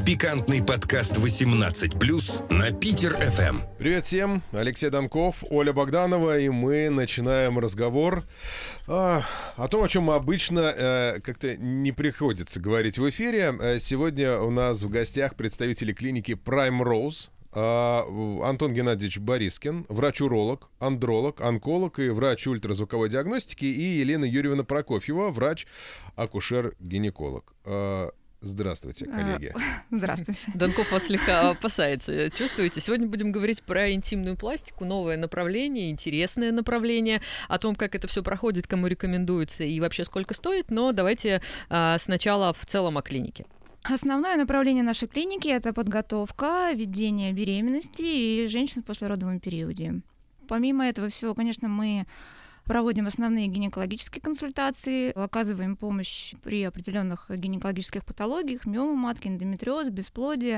Пикантный подкаст 18+ на Питер ФМ. Привет всем, Алексей Донков, Оля Богданова, и мы начинаем разговор о том, о чем мы обычно как-то не приходится говорить в эфире. Сегодня у нас в гостях представители клиники Prime Rose. Антон Геннадьевич Борискин, врач-уролог, андролог, онколог и врач ультразвуковой диагностики, и Елена Юрьевна Прокофьева, врач-акушер-гинеколог. Здравствуйте, коллеги. Здравствуйте. Донков вас слегка опасается, чувствуете? Сегодня будем говорить про интимную пластику, новое направление, интересное направление, о том, как это все проходит, кому рекомендуется и вообще сколько стоит, но давайте сначала в целом о клинике. Основное направление нашей клиники – это подготовка, ведение беременности и женщин в послеродовом периоде. Помимо этого всего, конечно, мы проводим основные гинекологические консультации, оказываем помощь при определенных гинекологических патологиях, миома матки, эндометриоз, бесплодие.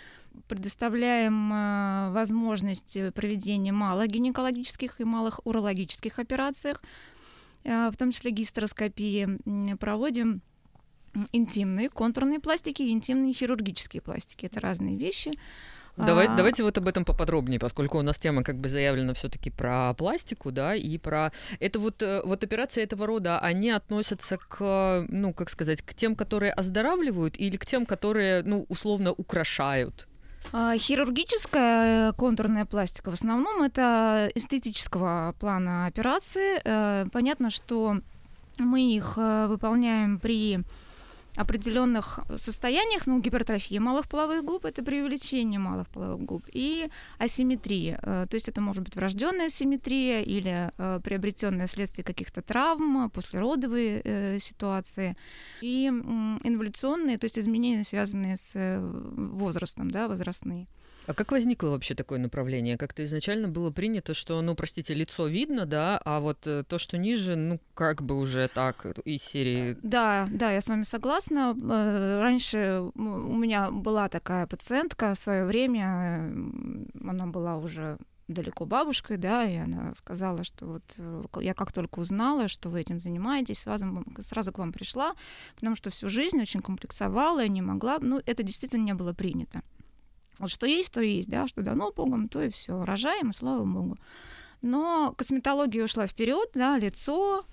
Предоставляем возможность проведения малых гинекологических и малых урологических операций, в том числе гистероскопии. Проводим интимные контурные пластики и интимные хирургические пластики. Это разные вещи. Давайте вот об этом поподробнее, поскольку у нас тема как бы заявлена все-таки про пластику, да, и про... Это вот операции этого рода, они относятся к, ну, как сказать, к тем, которые оздоравливают, или к тем, которые, ну, условно украшают? Хирургическая контурная пластика в основном это эстетического плана операции. Понятно, что мы их выполняем при определенных состояниях, ну, гипертрофии малых половых губ, это при увеличении малых половых губ, и асимметрии, то есть это может быть врожденная асимметрия или приобретенная вследствие каких-то травм, послеродовые ситуации, и инволюционные, то есть изменения, связанные с возрастом, да, возрастные. А как возникло вообще такое направление? Как-то изначально было принято, что, ну, простите, лицо видно, да, а вот то, что ниже, ну, как бы уже так, из серии... Да, я с вами согласна. Раньше у меня была такая пациентка в свое время, она была уже далеко бабушкой, да, и она сказала, что вот я как только узнала, что вы этим занимаетесь, сразу к вам пришла, потому что всю жизнь очень комплексовала и не могла, ну, это действительно не было принято. Вот что есть, то есть, да, что дано Богом, то и все. Рожаем, и слава Богу. Но косметология ушла вперед, да, лицо,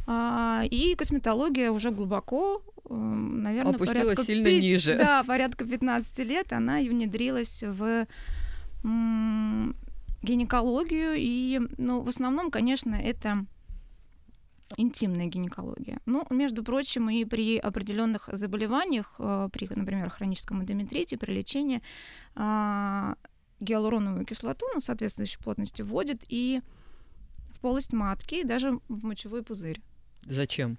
и косметология уже глубоко, наверное, опустилась сильно ниже. Да, порядка 15 лет она и внедрилась в гинекологию, и, ну, в основном, конечно, это интимная гинекология. Ну, между прочим, и при определенных заболеваниях, при, например, хроническом эндометрите, при лечении гиалуроновую кислоту, ну, соответствующей плотности, вводят и в полость матки, и даже в мочевой пузырь. Зачем?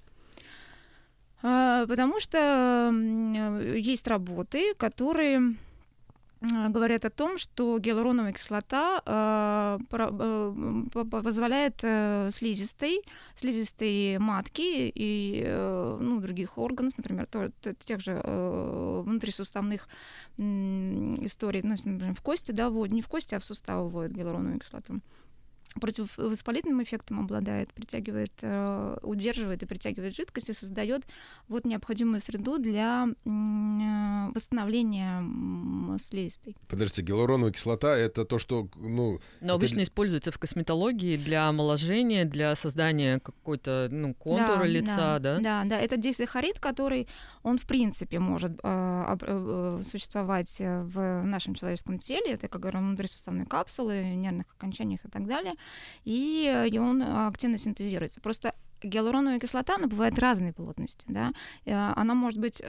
Потому что есть работы, которые говорят о том, что гиалуроновая кислота позволяет слизистой матки и, ну, других органов, например, тех же внутрисуставных историй, ну, например, в кости, да, не в кости, а в суставы вводят гиалуроновую кислоту. Противовоспалительным эффектом обладает, удерживает и притягивает жидкость и создает вот необходимую среду для восстановления слизистой. Подождите, гиалуроновая кислота — это то, что... Ну, но обычно используется в косметологии для омоложения, для создания какой-то, ну, контура лица, да? Да, это дифсахарид, который, он в принципе может существовать в нашем человеческом теле, это, как говорю, внутрисуставные капсулы, нервных окончаниях и так далее, и он активно синтезируется. Просто гиалуроновая кислота, она бывает разной плотности, да, она может быть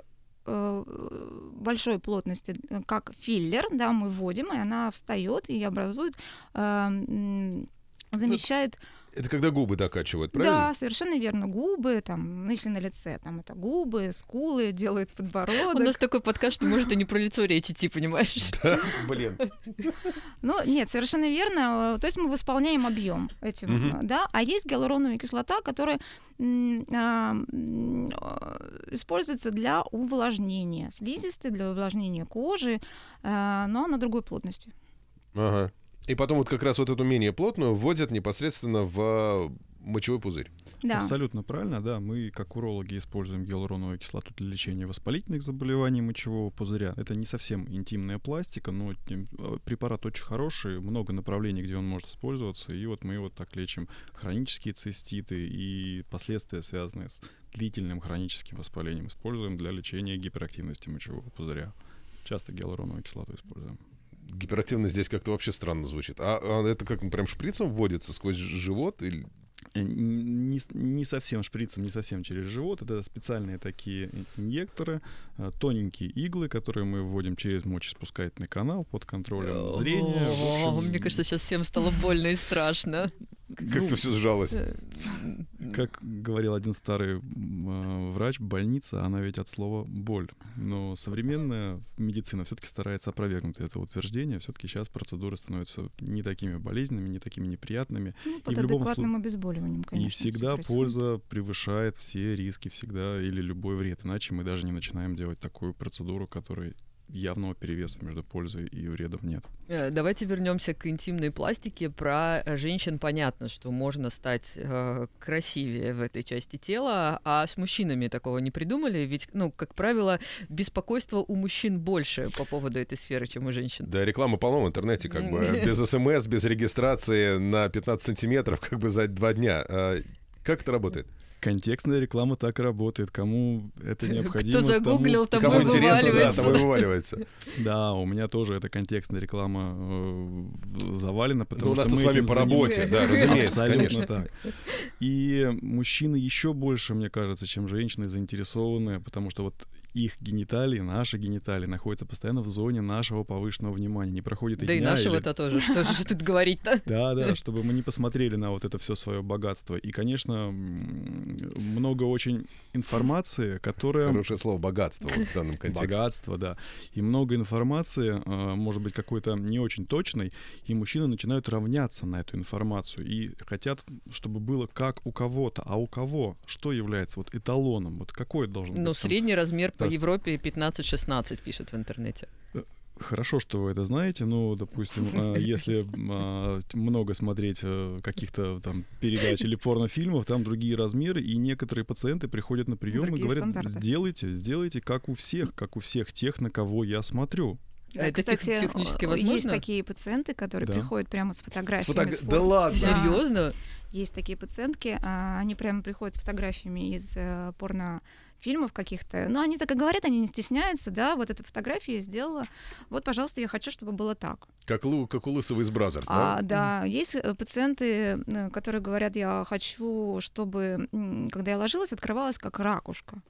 большой плотности, как филлер, да, мы вводим, и она встает и образует, замещает... Это когда губы докачивают, правильно? Да, совершенно верно. Губы, там, ну, если на лице, там, это губы, скулы, делают подбородок. У нас такой подкаст, что может и не про лицо речь идти, понимаешь? Да, блин. Ну, нет, совершенно верно. То есть мы восполняем объем этим, да. А есть гиалуроновая кислота, которая используется для увлажнения слизистой, для увлажнения кожи, но на другой плотности. Ага. И потом вот как раз вот эту менее плотную вводят непосредственно в мочевой пузырь. Да. Абсолютно правильно, да. Мы, как урологи, используем гиалуроновую кислоту для лечения воспалительных заболеваний мочевого пузыря. Это не совсем интимная пластика, но препарат очень хороший, много направлений, где он может использоваться. И вот мы его так лечим хронические циститы и последствия, связанные с длительным хроническим воспалением, используем для лечения гиперактивности мочевого пузыря. Часто гиалуроновую кислоту используем. Гиперактивность здесь как-то вообще странно звучит. А это как прям шприцем вводится сквозь живот? Или... Не совсем шприцем, не совсем через живот. Это специальные такие инъекторы, тоненькие иглы, которые мы вводим через мочеиспускательный канал под контролем зрения. Мне кажется, сейчас всем стало больно и страшно. Как-то все сжалось. Как говорил один старый врач, больница, она ведь от слова «боль». Но современная медицина все-таки старается опровергнуть это утверждение. Все-таки сейчас процедуры становятся не такими болезненными, не такими неприятными. Под адекватным обезболиванием, конечно. И всегда польза превышает все риски, всегда, или любой вред. Иначе мы даже не начинаем делать такую процедуру, которой явного перевеса между пользой и вредом нет. Давайте вернемся к интимной пластике. Про женщин понятно, что можно стать красивее в этой части тела, а с мужчинами такого не придумали? Ведь, как правило, беспокойства у мужчин больше по поводу этой сферы, чем у женщин. Да, рекламы полно в интернете, без СМС, без регистрации на 15 сантиметров, за 2 дня. Как это работает? Контекстная реклама так и работает. Кому это необходимо, кто загуглил, тому кому вываливается. Тому и вываливается. Да, у меня тоже эта контекстная реклама завалена, потому что у нас с вами по работе, да, разумеется, абсолютно так. И мужчины еще больше, мне кажется, чем женщины, заинтересованы, потому что вот их гениталии, наши гениталии находятся постоянно в зоне нашего повышенного внимания. Не проходит и да дня. И нашего-то тоже. Что же тут говорить-то? Да, чтобы мы не посмотрели на вот это все свое богатство. И, конечно, много очень информации, которая... Хорошее слово «богатство» вот в данном контексте. Богатство, да. И много информации, может быть, какой-то не очень точной, и мужчины начинают равняться на эту информацию и хотят, чтобы было как у кого-то. А у кого? Что является вот эталоном? Вот какой должен быть? Средний размер по Европе 15-16 пишут в интернете. Хорошо, что вы это знаете. Допустим, если много смотреть каких-то там передач или порнофильмов, там другие размеры, и некоторые пациенты приходят на прием и говорят: сделайте как у всех тех, на кого я смотрю. Это, кстати, технически возможно? Есть такие пациенты, которые приходят прямо с фотографиями. Да ладно? Серьезно? Есть такие пациентки, они прямо приходят с фотографиями из порнофильмов каких-то. Они так и говорят, они не стесняются, да, вот эту фотографию я сделала. Вот, пожалуйста, я хочу, чтобы было так. Как у Лысого из Бразерс, да? Да, есть пациенты, которые говорят: я хочу, чтобы, когда я ложилась, открывалась как ракушка.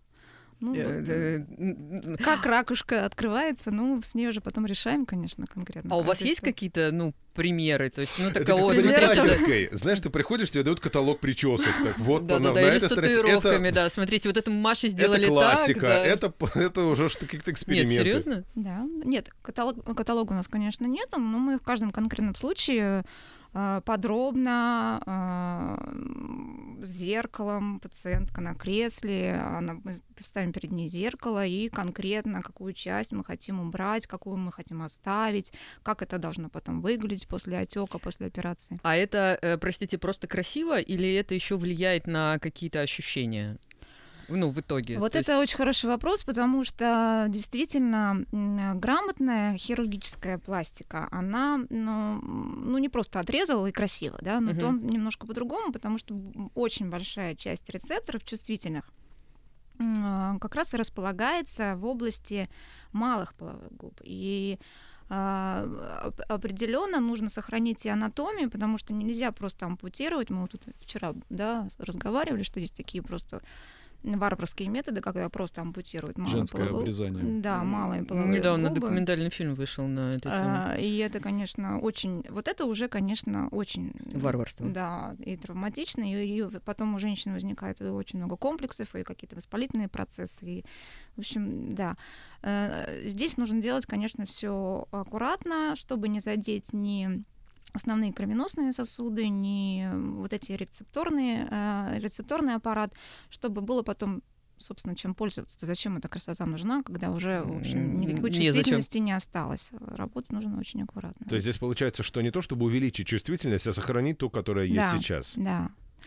Как ракушка открывается, с ней уже потом решаем, конечно, конкретно. А у вас есть какие-то, примеры? То есть, такого... Знаешь, ты приходишь, тебе дают каталог причесок. Вот, да, или с татуировками, да. Смотрите, вот это Маше сделали так. Это классика, это уже какие-то эксперименты. Нет, серьезно? Да. Нет, каталога у нас, конечно, нет, но мы в каждом конкретном случае подробно с зеркалом, пациентка на кресле, мы ставим перед ней зеркало и конкретно какую часть мы хотим убрать, какую мы хотим оставить, как это должно потом выглядеть после отека, после операции. А это, простите, просто красиво или это еще влияет на какие-то ощущения? В итоге. Вот это очень хороший вопрос, потому что действительно грамотная хирургическая пластика, она, не просто отрезала и красиво, да, но то немножко по-другому, потому что очень большая часть рецепторов чувствительных как раз и располагается в области малых половых губ. И определенно нужно сохранить и анатомию, потому что нельзя просто ампутировать. Мы вот тут вчера, разговаривали, что есть такие просто варварские методы, когда просто ампутируют малые женское половые... обрезание. Да, малые половые недавно губы. Документальный фильм вышел на эту тему. И это, конечно, очень... Вот это уже, конечно, очень... Варварство. Да, и травматично, и потом у женщин возникает очень много комплексов, и какие-то воспалительные процессы. И, в общем, да. Здесь нужно делать, конечно, все аккуратно, чтобы не задеть ни основные кровеносные сосуды, не вот эти рецепторный аппарат, чтобы было потом, собственно, чем пользоваться. Зачем эта красота нужна, когда уже, в общем, никакой чувствительности не осталось. Работать нужно очень аккуратно. То есть здесь получается, что не то, чтобы увеличить чувствительность, а сохранить ту, которая есть сейчас. Да.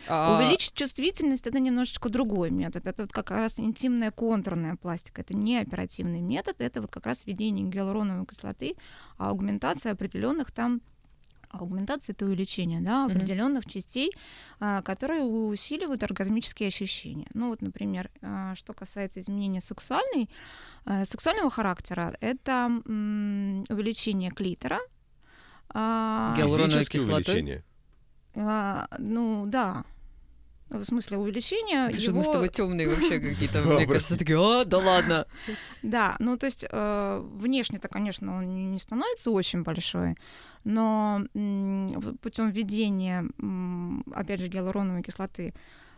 Увеличить чувствительность — это немножечко другой метод. Это вот как раз интимная контурная пластика. Это не оперативный метод, это вот как раз введение гиалуроновой кислоты, аугментация определенных там. Аугментация — это увеличение, да, определенных частей, которые усиливают оргазмические ощущения. Ну вот, например, что касается изменения сексуального характера, это увеличение клитора. Гиалуроновой кислотой? Ну да. В смысле увеличения Слушай, его... мы с тобой тёмные вообще какие-то, мне кажется, такие, да ладно. Да, ну то есть внешне-то, конечно, он не становится очень большой, но путем введения, опять же, гиалуроновой кислоты,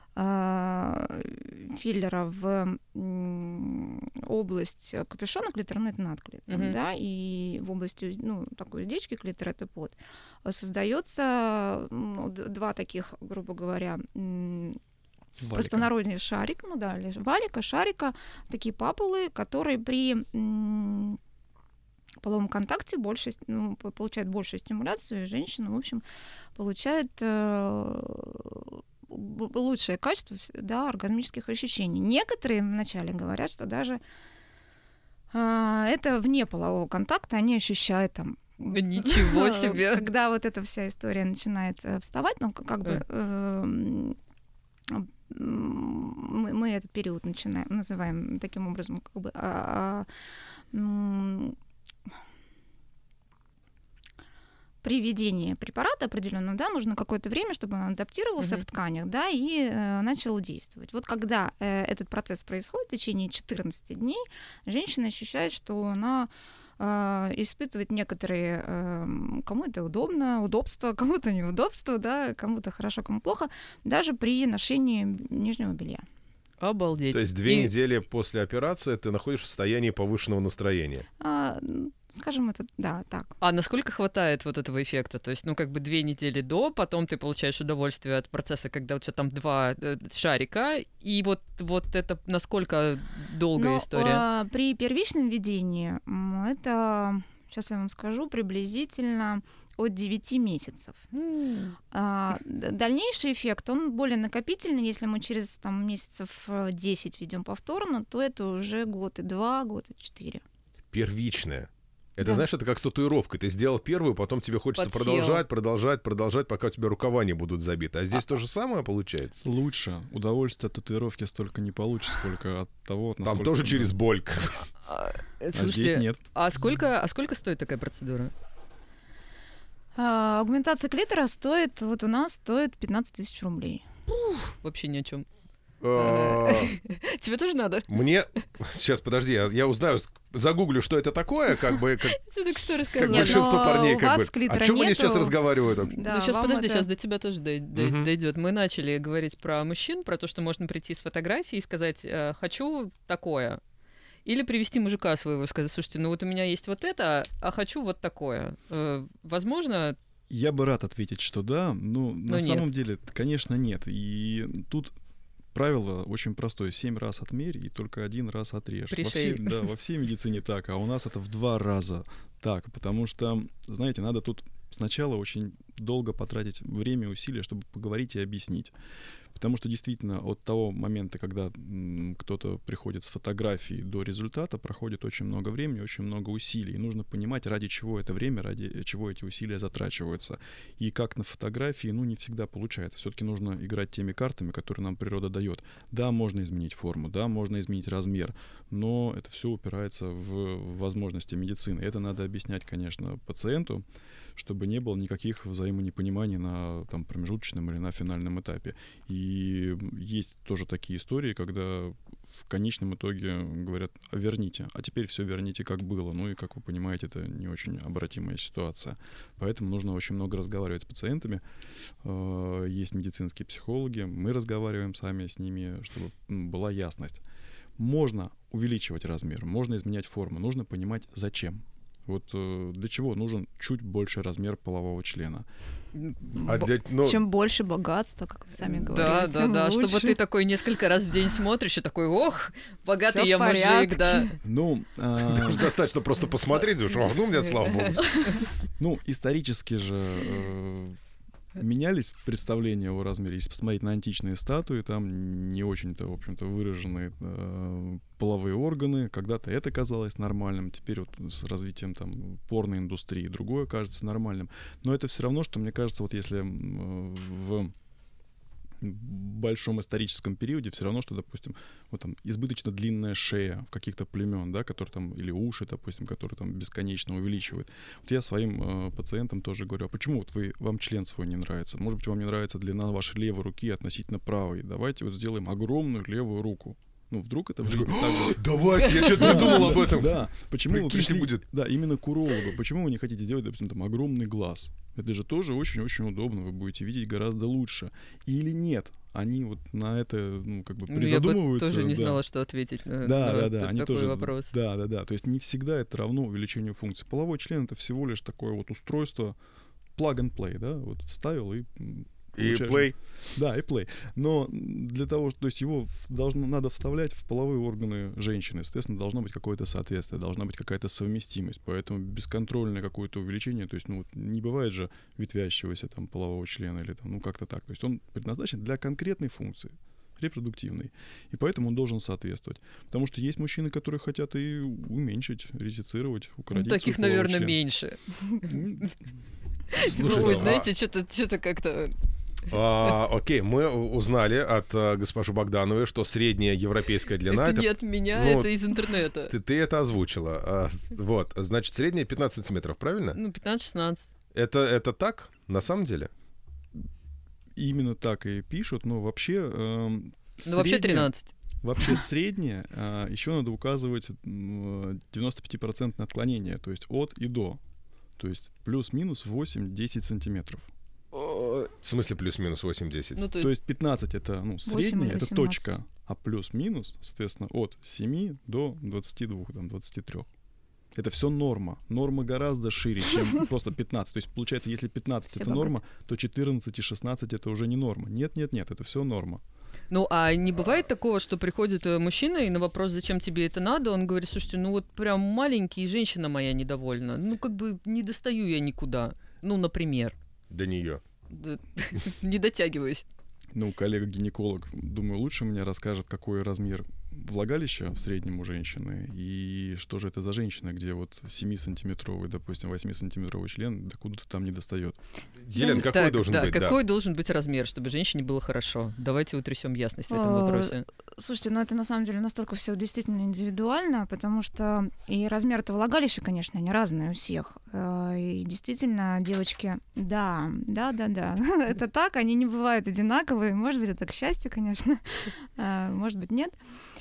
филлера в область капюшона клитора, это над клитором, да, и в области, ну, такой уздечки клитора, это под, создается два таких, грубо говоря, простонародный шарик, ну да, валика, шарика, такие папулы, которые при половом контакте получают большую стимуляцию, и женщина, в общем, получает лучшее качество, да, оргазмических ощущений. Некоторые вначале говорят, что даже это вне полового контакта они ощущают там. Ничего себе! Когда вот эта вся история начинает вставать, ну, как бы мы этот период называем таким образом, как бы при введении препарата определенного, да, нужно какое-то время, чтобы он адаптировался в тканях, да, и начал действовать. Вот когда этот процесс происходит в течение 14 дней, женщина ощущает, что она испытывает некоторые, кому это удобство, кому-то неудобство, да, кому-то хорошо, кому плохо, даже при ношении нижнего белья. Обалдеть. То есть 2 недели после операции ты находишься в состоянии повышенного настроения? Скажем это, да, так. А насколько хватает вот этого эффекта? То есть, ну, как бы 2 недели до, потом ты получаешь удовольствие от процесса, когда у тебя там 2 шарика, и вот это насколько долгая история? При первичном введении это, сейчас я вам скажу, приблизительно от 9 месяцев. Дальнейший эффект, он более накопительный. Если мы через там, месяцев 10 ведем повторно, то это уже год и 2, год и 4. Первичная. Это, знаешь, это как с татуировкой. Ты сделал первую, потом тебе хочется продолжать, пока у тебя рукава не будут забиты. А здесь то же самое получается? Лучше. Удовольствие от татуировки столько не получится, сколько от того, насколько... Там тоже через боль. Слушайте, здесь нет. А сколько стоит такая процедура? Аугментация клитора стоит, вот у нас стоит 15 000 рублей. Вообще ни о чем. Тебе тоже надо? Мне... Сейчас, подожди, я узнаю, загуглю, что это такое, как бы... Ты только что рассказал. Как большинство парней, как бы... О чем они сейчас разговаривают? Да, ну, сейчас, подожди, сейчас до тебя тоже дойдет. Мы начали говорить про мужчин, про то, что можно прийти с фотографией и сказать, хочу такое. Или привести мужика своего и сказать, слушайте, ну вот у меня есть вот это, а хочу вот такое. Возможно... Я бы рад ответить, что да, но на самом деле, конечно, нет. И тут правило очень простое. 7 раз отмерь и только 1 раз отрежь. Во всей медицине так, а у нас это в 2 раза так. Потому что, знаете, надо тут сначала очень долго потратить время и усилия, чтобы поговорить и объяснить. Потому что действительно от того момента, когда кто-то приходит с фотографией до результата, проходит очень много времени, очень много усилий. И нужно понимать, ради чего это время, ради чего эти усилия затрачиваются. И как на фотографии, не всегда получается. Все-таки нужно играть теми картами, которые нам природа дает. Да, можно изменить форму, да, можно изменить размер, но это все упирается в возможности медицины. Это надо объяснять, конечно, пациенту, чтобы не было никаких взаимонепониманий на промежуточном или на финальном этапе. И есть тоже такие истории, когда в конечном итоге говорят, верните, а теперь все верните, как было. Ну и, как вы понимаете, это не очень обратимая ситуация. Поэтому нужно очень много разговаривать с пациентами. Есть медицинские психологи, мы разговариваем сами с ними, чтобы была ясность. Можно увеличивать размер, можно изменять форму, нужно понимать, зачем. Вот для чего нужен чуть больше размер полового члена. Чем больше богатства, как вы сами говорите, тем лучше. Чтобы ты такой несколько раз в день смотришь и такой, ох, богатый всё я мужик, да. Даже достаточно просто посмотреть, у меня, слава богу. Исторически же менялись представления о размере. Если посмотреть на античные статуи, там не очень-то, в общем-то, выражены половые органы. Когда-то это казалось нормальным, теперь вот с развитием там порноиндустрии другое кажется нормальным. Но это все равно, что мне кажется, вот если в большом историческом периоде все равно, что, допустим, вот там избыточно длинная шея в каких-то племен, да, которые там, или уши, допустим, которые там бесконечно увеличивают. Вот я своим пациентам тоже говорю, а почему вот вам член свой не нравится? Может быть, вам не нравится длина вашей левой руки относительно правой? Давайте вот сделаем огромную левую руку. Ну, вдруг это в жизни так же. Давайте, я что-то не думал об этом. Да, почему вы пришли, будет. Да, именно к урологу. Почему вы не хотите делать, допустим, там огромный глаз? Это же тоже очень-очень удобно, вы будете видеть гораздо лучше. Или нет? Они вот на это, ну, как бы призадумываются. Я бы тоже не знала, что ответить на они такой тоже, вопрос. Да. То есть не всегда это равно увеличению функций. Половой член — это всего лишь такое вот устройство plug and play, да, вот вставил и play. Да, и play. Но для того, то есть его надо вставлять в половые органы женщины. Естественно, должно быть какое-то соответствие, должна быть какая-то совместимость. Поэтому бесконтрольное какое-то увеличение, то есть, ну, вот не бывает же ветвящегося там полового члена или там, ну, как-то так. То есть он предназначен для конкретной функции, репродуктивной. И поэтому он должен соответствовать. Потому что есть мужчины, которые хотят и уменьшить, редуцировать, укоротить. Ну, таких, наверное, меньше. Ой, знаете, что-то как-то... Окей, мы узнали от госпожи Богдановой, что средняя европейская длина... Это не от меня, это из интернета. Ты это озвучила. Вот, значит, средняя 15 сантиметров, правильно? Ну, 15-16. Это так, на самом деле? Именно так и пишут, но вообще... вообще 13. Вообще средняя, еще надо указывать 95% отклонения, то есть от и до. То есть плюс-минус 8-10 сантиметров. В смысле плюс-минус 8-10? Ну, то есть 15 — это средняя, это точка, а плюс-минус, соответственно, от 7 до 22, там, 23. Это все норма. Норма гораздо шире, чем просто 15. То есть, получается, если 15 — это норма, то 14 и 16 — это уже не норма. Нет, это все норма. Ну, а не бывает такого, что приходит мужчина, и на вопрос, зачем тебе это надо, он говорит, слушайте, ну вот прям маленький, и женщина моя недовольна. Ну, как бы не достаю я никуда. Ну, например. До нее. Не дотягиваюсь. Ну, коллега-гинеколог, думаю, лучше мне расскажет, какой размер влагалища в среднем у женщины, и что же это за женщина, где вот 7-сантиметровый, допустим, 8-сантиметровый член докуда-то там не достает. Елена, какой должен быть? Какой должен быть размер, чтобы женщине было хорошо? Давайте утрясем ясность в этом вопросе. Слушайте, ну это на самом деле настолько все действительно индивидуально, потому что и размер этого влагалища, конечно, они разные у всех. И действительно, девочки, да, это так, они не бывают одинаковые. Может быть, это к счастью, конечно, может быть, нет.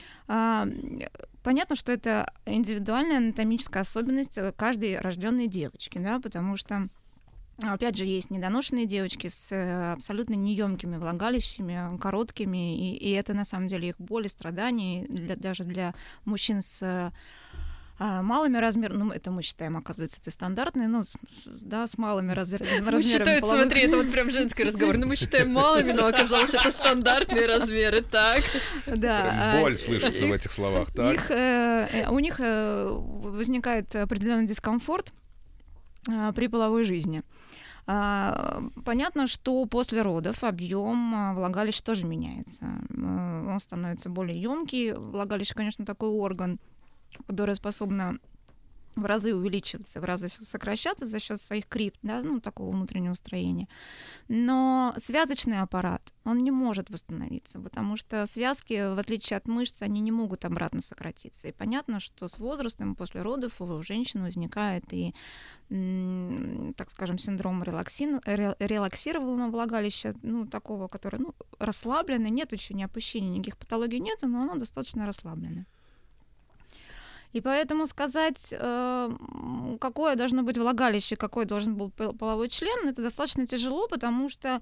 Понятно, что это индивидуальная анатомическая особенность каждой рожденной девочки, да, потому что, опять же, есть недоношенные девочки с абсолютно неёмкими влагалищами, короткими, и это на самом деле их боль и страдания даже для мужчин с малыми размерами, ну, это мы считаем, оказывается, это стандартные, но с малыми размерами. Мы считаем, смотри, это вот прям женский разговор. Ну, мы считаем малыми, но оказалось, это стандартные размеры, так? Да. Боль слышится в этих словах, так? У них возникает определенный дискомфорт при половой жизни. Понятно, что после родов объем влагалища тоже меняется. Он становится более ёмкий. Влагалище, конечно, такой орган, которая способна в разы увеличиваться, в разы сокращаться за счет своих крипт, да, ну, такого внутреннего строения. Но связочный аппарат, он не может восстановиться, потому что связки, в отличие от мышц, они не могут обратно сократиться. И понятно, что с возрастом после родов у женщин возникает и, так скажем, синдром релаксированного влагалища, ну, такого, который, ну, расслабленный, нет еще ни опущения, никаких патологий нет, но оно достаточно расслабленное. И поэтому сказать, какое должно быть влагалище, какой должен быть половой член, это достаточно тяжело, потому что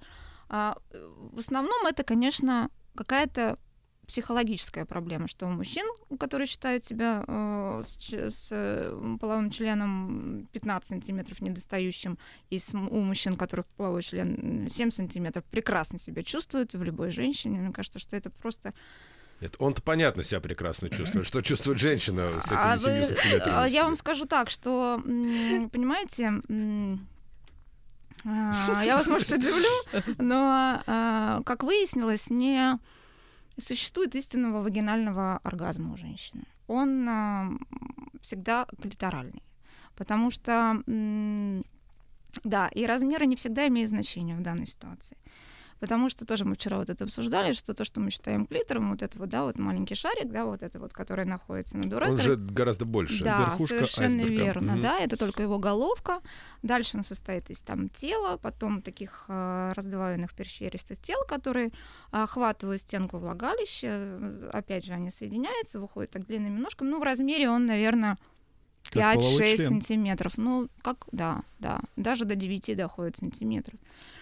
в основном это, конечно, какая-то психологическая проблема, что у мужчин, которые считают себя с половым членом 15 сантиметров недостающим, и у мужчин, у которых половой член 7 сантиметров, прекрасно себя чувствуют в любой женщине. Мне кажется, что это просто... Нет, он-то понятно себя прекрасно чувствует. Что чувствует женщина с этими 7 сантиметрами? Я вам скажу так, что, понимаете, Я вас, может, удивлю, но, как выяснилось, не существует истинного вагинального оргазма у женщины. Он всегда клиторальный, потому что, да, и размеры не всегда имеют значение в данной ситуации. Потому что тоже мы вчера вот это обсуждали, что то, что мы считаем клитором, вот это вот, да, вот маленький шарик, да, вот это вот, который находится над уретрой. Он же гораздо больше. Да, Верхушка совершенно айсберга. верно, да, это только его головка. Дальше он состоит из там тела, потом таких раздвоенных перещеристых тел, которые охватывают стенку влагалища. Опять же, они соединяются, выходят так длинными ножками. Ну, в размере он, наверное, 5-6 сантиметров. Ну, как, да, даже до 9 доходит сантиметров.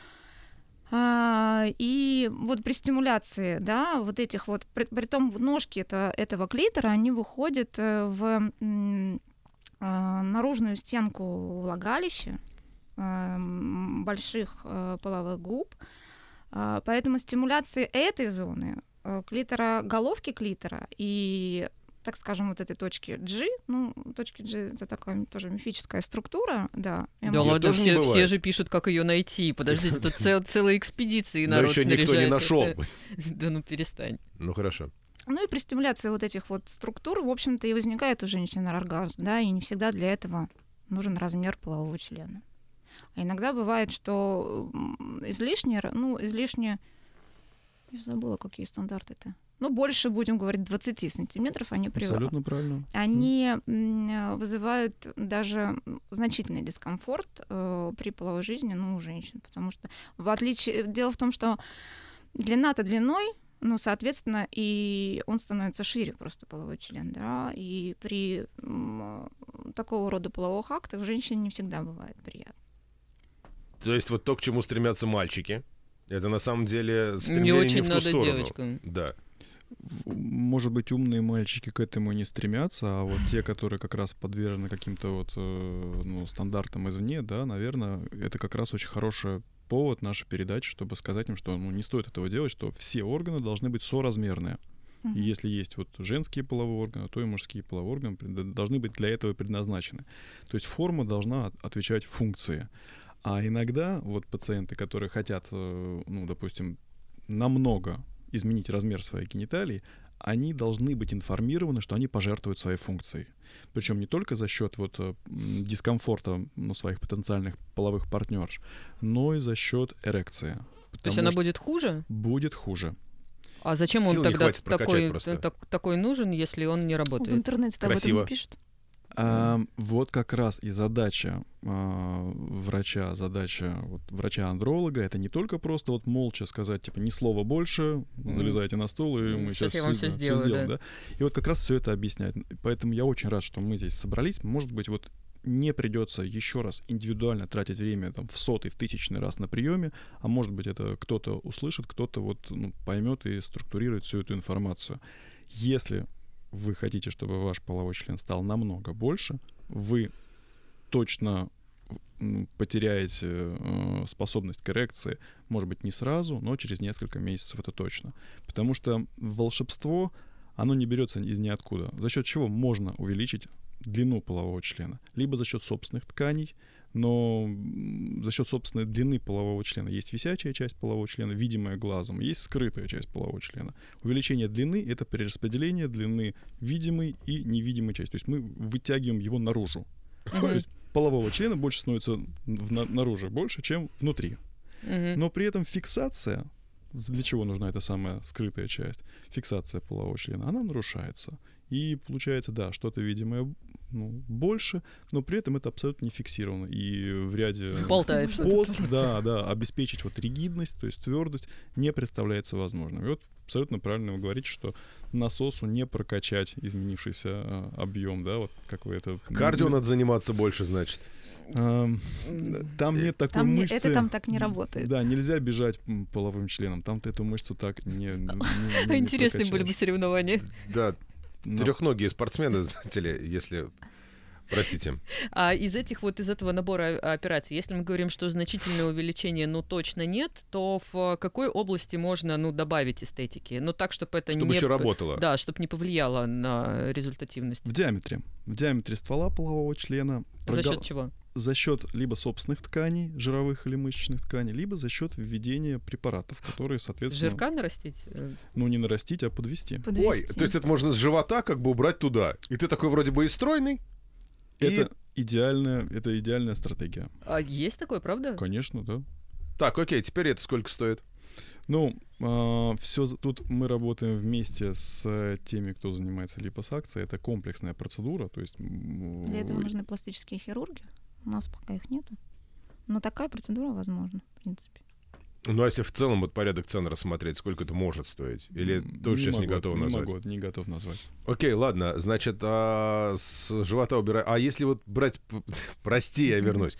И вот при стимуляции, да, вот этих вот, притом ножки этого клитора, они выходят в наружную стенку влагалища, больших половых губ, поэтому стимуляция этой зоны, клитора, головки клитора и, так скажем, вот этой точки G, ну, точки G — это такая тоже мифическая структура, да. Да ладно, все же пишут, как ее найти. Подождите, тут целые экспедиции народ снаряжает. Но еще никто не нашел. Да ну перестань. Ну хорошо. Ну и при стимуляции вот этих вот структур, в общем-то, и возникает у женщины оргазм, да, и не всегда для этого нужен размер полового члена. А иногда бывает, что излишне, я забыла, какие стандарты-то. Ну, больше, будем говорить, 20 сантиметров они Абсолютно правильно. Они вызывают даже значительный дискомфорт при половой жизни, ну, у женщин, потому что дело в том, что длина-то длиной, ну, соответственно, и он становится шире, просто половой член, да, и при такого рода половых актах женщине не всегда бывает приятно. То есть вот то, к чему стремятся мальчики, это на самом деле стремление не очень не в ту надо сторону. девочкам. Да. Может быть, умные мальчики к этому не стремятся, а вот те, которые как раз подвержены каким-то вот стандартам извне, да, наверное, это как раз очень хороший повод нашей передачи, чтобы сказать им, что не стоит этого делать, что все органы должны быть соразмерные. И если есть вот женские половые органы, то и мужские половые органы должны быть для этого предназначены. То есть форма должна отвечать функции. А иногда вот пациенты, которые хотят, допустим, намного изменить размер своей гениталии, они должны быть информированы, что они пожертвуют своей функцией. Причем не только за счет вот дискомфорта своих потенциальных половых партнерш, но и за счет эрекции. То есть она будет хуже? Будет хуже. А зачем он тогда такой нужен, если он не работает? В интернете об этом пишут. Вот как раз и задача врача-андролога — это не только просто вот молча сказать, типа, ни слова больше, залезайте на стол, и мы сейчас я вам все сделаем, да? И вот как раз все это объяснять. Поэтому я очень рад, что мы здесь собрались. Может быть, вот не придется еще раз индивидуально тратить время там, в 100-й, в 1000-й раз на приеме, а может быть, это кто-то услышит, кто-то вот, поймет и структурирует всю эту информацию. Если вы хотите, чтобы ваш половой член стал намного больше, вы точно потеряете способность к эрекции, может быть, не сразу, но через несколько месяцев, это точно. Потому что волшебство, оно не берется из ниоткуда. За счет чего можно увеличить длину полового члена? Либо за счет собственных тканей, но за счет собственной длины полового члена. Есть висячая часть полового члена, видимая глазом, есть скрытая часть полового члена. Увеличение длины — это перераспределение длины видимой и невидимой части. То есть мы вытягиваем его наружу. То есть полового члена больше становится наружу больше, чем внутри. Но при этом фиксация, для чего нужна эта самая скрытая часть, фиксация полового члена, она нарушается. И получается, да, что-то видимое больше, но при этом это абсолютно не фиксировано. И в ряде поз, обеспечить вот ригидность, то есть твердость, не представляется возможным. И вот абсолютно правильно вы говорите, что насосу не прокачать изменившийся объем, да, вот как вы это... Кардио надо заниматься больше, значит. Там нет такой мышцы. Это там так не работает. Да, нельзя бежать половым членом. Там ты эту мышцу так не Интересные были бы соревнования. Да, трехногие спортсмены, знаете ли, если Простите. А из этого набора операций, если мы говорим, что значительное увеличение, точно нет, то в какой области можно, добавить эстетики? Так, чтобы это чтобы еще работало. Да, чтобы не повлияло на результативность. В диаметре ствола полового члена. За счет чего? За счет либо собственных тканей, жировых или мышечных тканей, либо за счет введения препаратов, которые, соответственно... Жирка нарастить? Не нарастить, а подвести. Ой, то есть это можно с живота как бы убрать туда. И ты такой вроде бы и стройный. Это идеальная стратегия. А есть такое, правда? Конечно, да. Так, окей, теперь это сколько стоит? Все тут мы работаем вместе с теми, кто занимается липосакцией. Это комплексная процедура, то есть... Для этого нужны пластические хирурги. У нас пока их нету. Но такая процедура возможна, в принципе. А если в целом порядок цен рассмотреть, сколько это может стоить? Или ты сейчас не готов назвать? Не готов назвать. Окей, ладно, значит, с живота убирать. А если брать... Прости, я вернусь.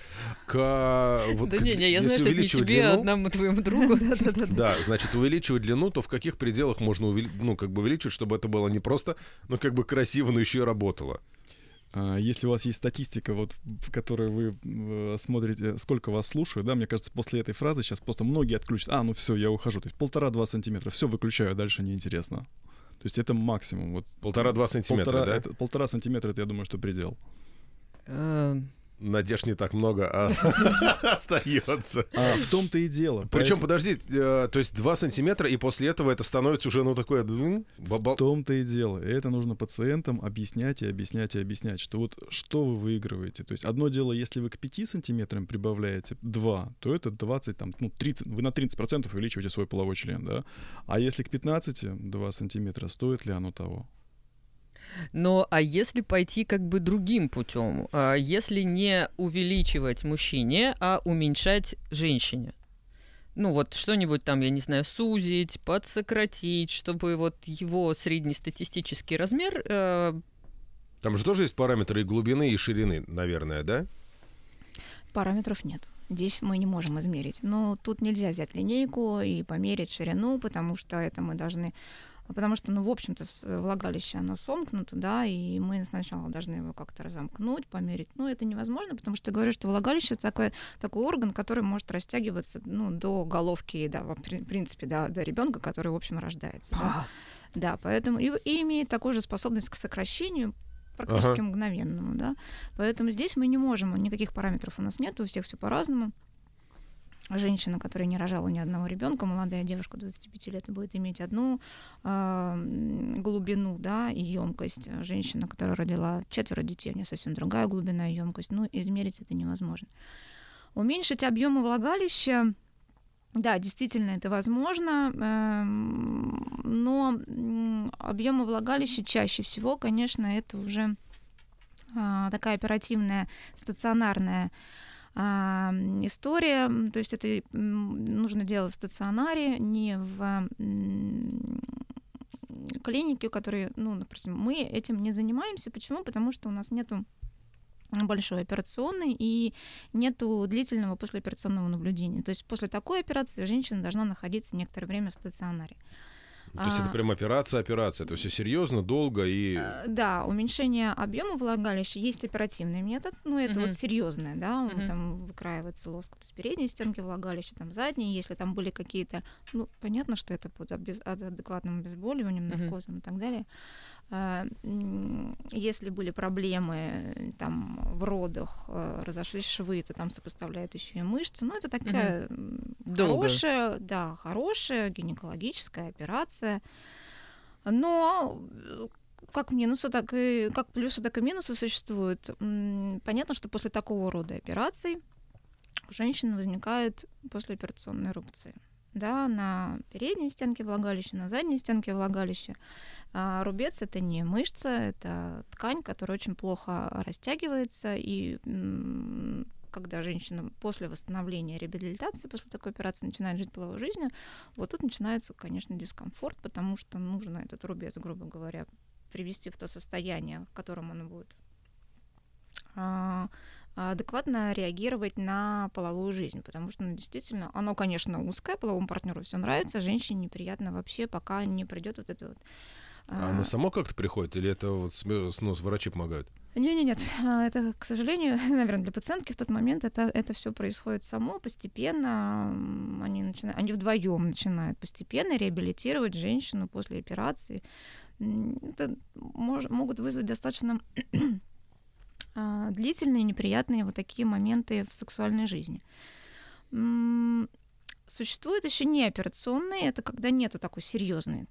Я знаю, что это не тебе, а одному твоему другу. Да, значит, увеличивать длину, то в каких пределах можно увеличить, чтобы это было не просто, красиво, но еще и работало? Если у вас есть статистика, в которой вы смотрите, сколько вас слушают, да, мне кажется, после этой фразы сейчас просто многие отключат. Все, я ухожу. То есть 1,5-2 сантиметра. Все, выключаю, дальше неинтересно. То есть это максимум. 1,5-2 сантиметра, да? 1,5 сантиметра, это, я думаю, что предел. Надежд не так много, остается. В том-то и дело. Причем, подожди, то есть 2 сантиметра, и после этого это становится уже, такое... В том-то и дело. Это нужно пациентам объяснять, что что вы выигрываете. То есть одно дело, если вы к 5 сантиметрам прибавляете 2, то это 20, 30, вы на 30% увеличиваете свой половой член, да? А если к 15, 2 сантиметра, стоит ли оно того? А если пойти другим путем, если не увеличивать мужчине, а уменьшать женщине? Что-нибудь там, я не знаю, сузить, подсократить, чтобы его среднестатистический размер... Там же тоже есть параметры и глубины, и ширины, наверное, да? Параметров нет. Здесь мы не можем измерить. Но тут нельзя взять линейку и померить ширину, потому что это мы должны... Потому что, в общем-то, влагалище, оно сомкнуто, да, и мы сначала должны его как-то разомкнуть, померить. Это невозможно, потому что, говорю, что влагалище — это такой орган, который может растягиваться, до головки, да, в принципе, до ребенка, который, в общем, рождается. Да, поэтому и имеет такую же способность к сокращению, практически мгновенному, да. Поэтому здесь мы не можем, никаких параметров у нас нет, у всех все по-разному. Женщина, которая не рожала ни одного ребенка, молодая девушка 25 лет, будет иметь одну глубину, да, и емкость. Женщина, которая родила 4 детей, у нее совсем другая глубина и емкость. Измерить это невозможно. Уменьшить объемы влагалища, да, действительно, это возможно, но объемы влагалища чаще всего, конечно, это уже такая оперативная, стационарная история, то есть это нужно делать в стационаре, не в клинике, которые, например, мы этим не занимаемся. Почему? Потому что у нас нету большой операционной и нету длительного послеоперационного наблюдения. То есть после такой операции женщина должна находиться некоторое время в стационаре. То есть это прям операция. Это все серьезно, долго и... Да, уменьшение объема влагалища есть оперативный метод, это серьезное, да, там выкраивается лоскут с передней стенки влагалища, там задней, если там были какие-то, понятно, что это под адекватным обезболиванием, наркозом и так далее. Если были проблемы там в родах, разошлись швы, то там сопоставляют еще и мышцы. Это такая хорошая гинекологическая операция. Но как минусы, как плюсы, так и минусы существуют. Понятно, что после такого рода операций у женщин возникают послеоперационные рубцы. Да, на передней стенке влагалища, на задней стенке влагалища. А рубец — это не мышца, это ткань, которая очень плохо растягивается, и когда женщина после восстановления реабилитации, после такой операции начинает жить половой жизнью, тут начинается, конечно, дискомфорт, потому что нужно этот рубец, грубо говоря, привести в то состояние, в котором он будет адекватно реагировать на половую жизнь, потому что, действительно, оно, конечно, узкое, половому партнеру все нравится, женщине неприятно вообще, пока не придет А оно само как-то приходит, или это вот врачи помогают? Нет, это, к сожалению, наверное, для пациентки в тот момент это все происходит само, постепенно. Они вдвоем начинают постепенно реабилитировать женщину после операции. Это могут вызвать достаточно длительные, неприятные вот такие моменты в сексуальной жизни. Существуют еще неоперационные, это когда нету такой серьезного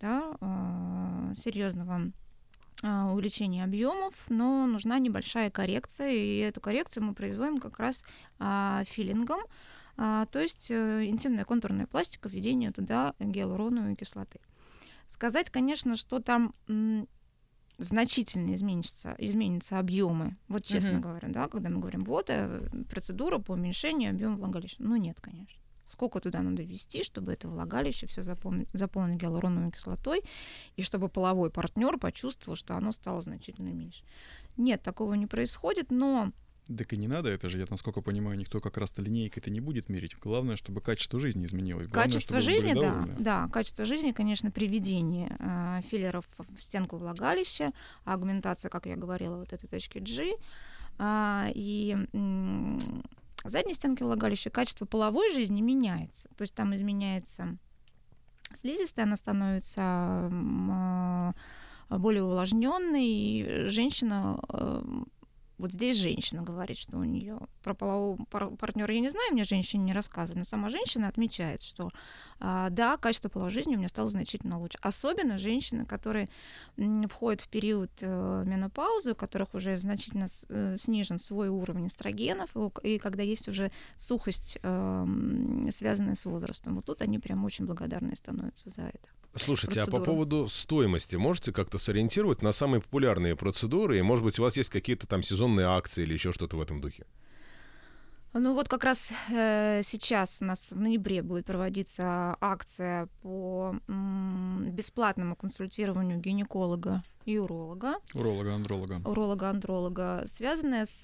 увеличения объемов, но нужна небольшая коррекция, и эту коррекцию мы производим как раз филлингом, то есть интимная контурная пластика, введение туда гиалуроновой кислоты. Сказать, конечно, что там значительно изменятся объемы, вот честно говоря, да, когда мы говорим, вот процедура по уменьшению объема влагалища. Нет, конечно. Сколько туда надо ввести, чтобы это влагалище все заполнено гиалуроновой кислотой, и чтобы половой партнер почувствовал, что оно стало значительно меньше. Нет, такого не происходит, но... Так и не надо, это же, я насколько понимаю, никто как раз-то линейкой-то не будет мерить. Главное, чтобы качество жизни изменилось. Главное, качество жизни, да, качество жизни, конечно, при введении филлеров в стенку влагалища, агментация, как я говорила, вот этой точки G, и задней стенки влагалища, качество половой жизни меняется. То есть там изменяется слизистая, она становится более увлажненной, и женщина... Вот здесь женщина говорит, что у нее про полового партнера я не знаю, мне женщина не рассказывает, но сама женщина отмечает, что да, качество половой жизни у меня стало значительно лучше. Особенно женщины, которые входят в период менопаузы, у которых уже значительно снижен свой уровень эстрогенов, и когда есть уже сухость, связанная с возрастом. Вот тут они прям очень благодарны становятся за это. Слушайте, а по поводу стоимости можете как-то сориентировать на самые популярные процедуры? И, может быть, у вас есть какие-то там сезонные акции или еще что-то в этом духе? Ну вот как раз сейчас у нас в ноябре будет проводиться акция по бесплатному консультированию гинеколога и уролога. Уролога-андролога, связанная с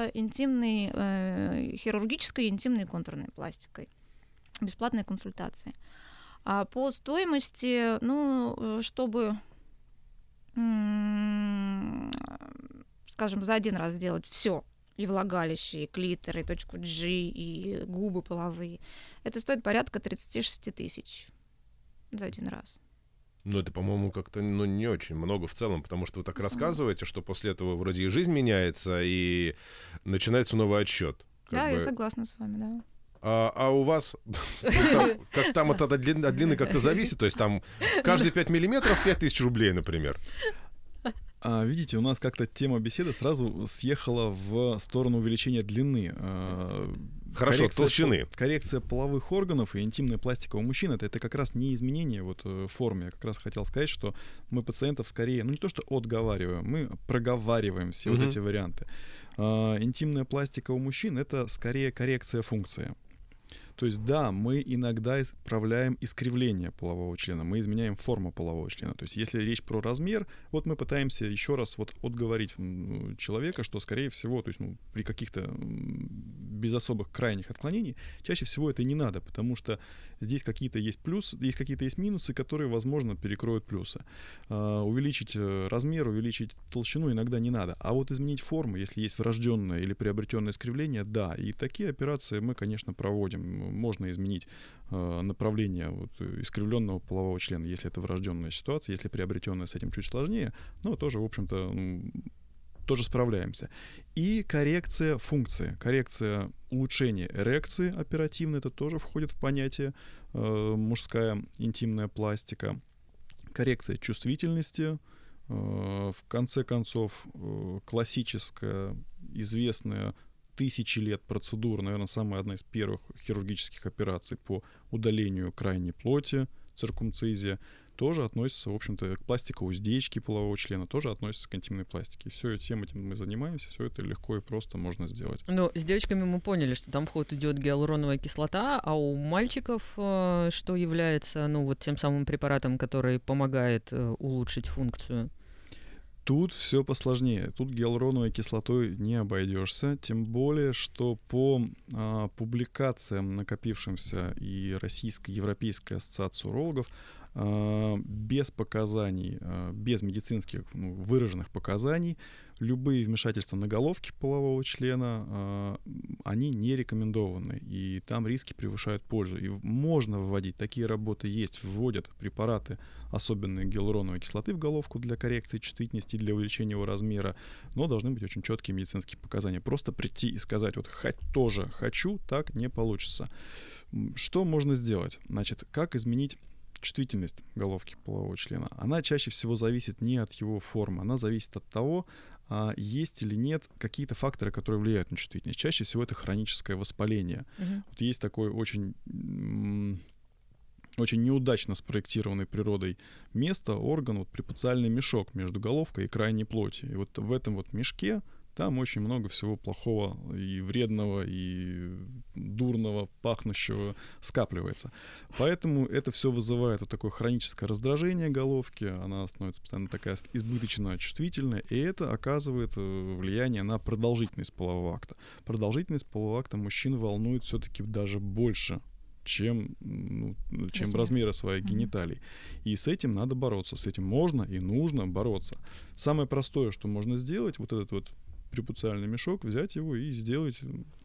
хирургической и интимной контурной пластикой. Бесплатные консультации. А по стоимости, чтобы, скажем, за один раз сделать все, и влагалище, и клитор, и точку G, и губы половые, это стоит порядка 36 тысяч за один раз. Это, по-моему, как-то не очень много в целом, потому что вы так рассказываете, что после этого вроде и жизнь меняется, и начинается новый отсчет. Я согласна с вами, да. А у вас там от длины как-то зависит? То есть там каждые 5 миллиметров 5000 рублей, например. Видите, у нас как-то тема беседы сразу съехала в сторону увеличения длины. Хорошо, толщины. Коррекция половых органов и интимная пластика у мужчин это как раз не изменение в форме. Я как раз хотел сказать, что мы пациентов скорее, не то что отговариваем, мы проговариваем все вот эти варианты. Интимная пластика у мужчин — это скорее коррекция функции. То есть, да, мы иногда исправляем искривление полового члена, мы изменяем форму полового члена. То есть, если речь про размер, вот мы пытаемся еще раз отговорить человека, что, скорее всего, то есть, при каких-то без особых крайних отклонений, чаще всего это не надо, потому что здесь какие-то есть плюсы, какие-то есть минусы, которые, возможно, перекроют плюсы. Увеличить размер, увеличить толщину иногда не надо. А вот изменить форму, если есть врожденное или приобретенное искривление, да. И такие операции мы, конечно, проводим. Можно изменить направление искривленного полового члена, если это врожденная ситуация, если приобретенная, с этим чуть сложнее, но тоже, в общем-то, тоже справляемся. И коррекция функции, коррекция улучшения эрекции оперативно, это тоже входит в понятие мужская интимная пластика. Коррекция чувствительности, в конце концов, классическая, известная тысячи лет процедура, наверное, самая одна из первых хирургических операций по удалению крайней плоти, циркумцизия, тоже относится, в общем-то, к пластике уздечки полового члена, тоже относится к интимной пластике. Всем этим мы занимаемся, все это легко и просто можно сделать. С девочками мы поняли, что там в ход идет гиалуроновая кислота, а у мальчиков что является, тем самым препаратом, который помогает улучшить функцию? Тут все посложнее. Тут гиалуроновой кислотой не обойдешься, тем более, что по публикациям, накопившимся и Российской, Европейской ассоциации урологов, без показаний, без медицинских выраженных показаний, любые вмешательства на головке полового члена, они не рекомендованы, и там риски превышают пользу. И можно вводить, такие работы есть, вводят препараты, особенно гиалуроновой кислоты в головку для коррекции чувствительности, для увеличения его размера, но должны быть очень четкие медицинские показания. Просто прийти и сказать, вот тоже хочу, так не получится. Что можно сделать? Значит, как изменить чувствительность головки полового члена? Она чаще всего зависит не от его формы, она зависит от того, есть или нет какие-то факторы, которые влияют на чувствительность. Чаще всего это хроническое воспаление. Вот есть такой очень неудачно спроектированный природой место, орган, препуциальный мешок между головкой и крайней плотью. И вот в этом вот мешке там очень много всего плохого и вредного, и дурного, пахнущего скапливается. Поэтому это все вызывает вот такое хроническое раздражение головки, она становится постоянно такая избыточно чувствительная, и это оказывает влияние на продолжительность полового акта. Продолжительность полового акта мужчин волнует все-таки даже больше, чем размеры своих гениталий. И с этим надо бороться. С этим можно и нужно бороться. Самое простое, что можно сделать, вот этот вот препуциальный мешок, взять его и сделать,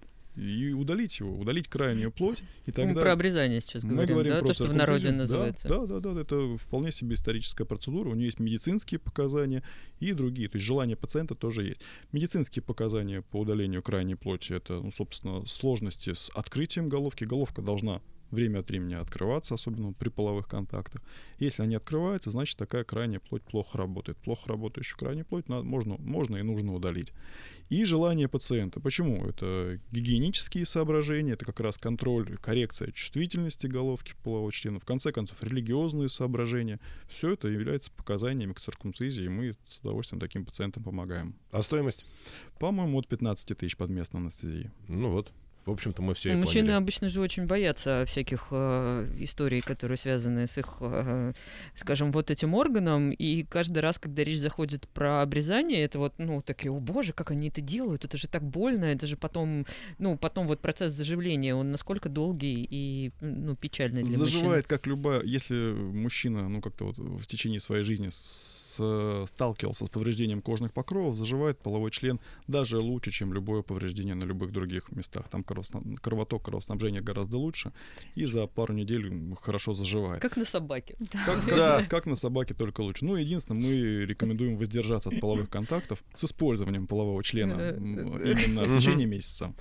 и удалить его, удалить крайнюю плоть. И тогда мы про обрезание сейчас говорим, да? То, что в народе называется. Да, это вполне себе историческая процедура. У нее есть медицинские показания и другие. То есть желание пациента тоже есть. Медицинские показания по удалению крайней плоти — это, собственно, сложности с открытием головки. Головка должна время от времени открываться, особенно при половых контактах. Если она не открывается, значит, такая крайняя плоть плохо работает. Плохо работающую крайнюю плоть можно и нужно удалить. И желание пациента. Почему? Это гигиенические соображения, это как раз контроль, коррекция чувствительности головки полового члена, в конце концов, религиозные соображения. Все это является показаниями к циркумцизии, и мы с удовольствием таким пациентам помогаем. А стоимость? По-моему, от 15 тысяч под местной анестезией. Ну вот. В общем-то, мы все и поняли. Мужчины обычно же очень боятся всяких историй, которые связаны с их, скажем, вот этим органом, и каждый раз, когда речь заходит про обрезание, это вот, такие, о боже, как они это делают, это же так больно, это же потом вот процесс заживления, он насколько долгий и, печальный для мужчины. Заживает, как любая, если мужчина, как-то вот в течение своей жизни сталкивался с повреждением кожных покровов, заживает половой член даже лучше, чем любое повреждение на любых других местах. Там кровоток, кровоснабжение гораздо лучше, и за пару недель хорошо заживает. Как на собаке. Как на собаке, только лучше. Единственное, мы рекомендуем воздержаться от половых контактов с использованием полового члена именно в течение месяца.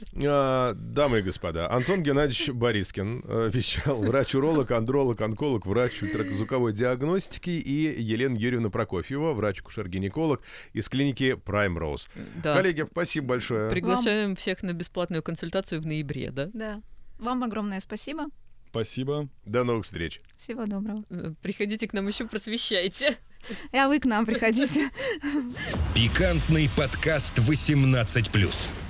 Дамы и господа, Антон Геннадьевич Борискин вещал, врач-уролог, андролог, онколог, врач ультразвуковой диагностики, и Елена Юрьевна Прокофьева, врач-акушер-гинеколог из клиники Prime Rose. Да. Коллеги, спасибо большое. Приглашаем всех на бесплатную консультацию в ноябре, да? Да. Вам огромное спасибо. Спасибо. До новых встреч. Всего доброго. Приходите к нам еще, просвещайте. А вы к нам приходите. Пикантный подкаст 18+.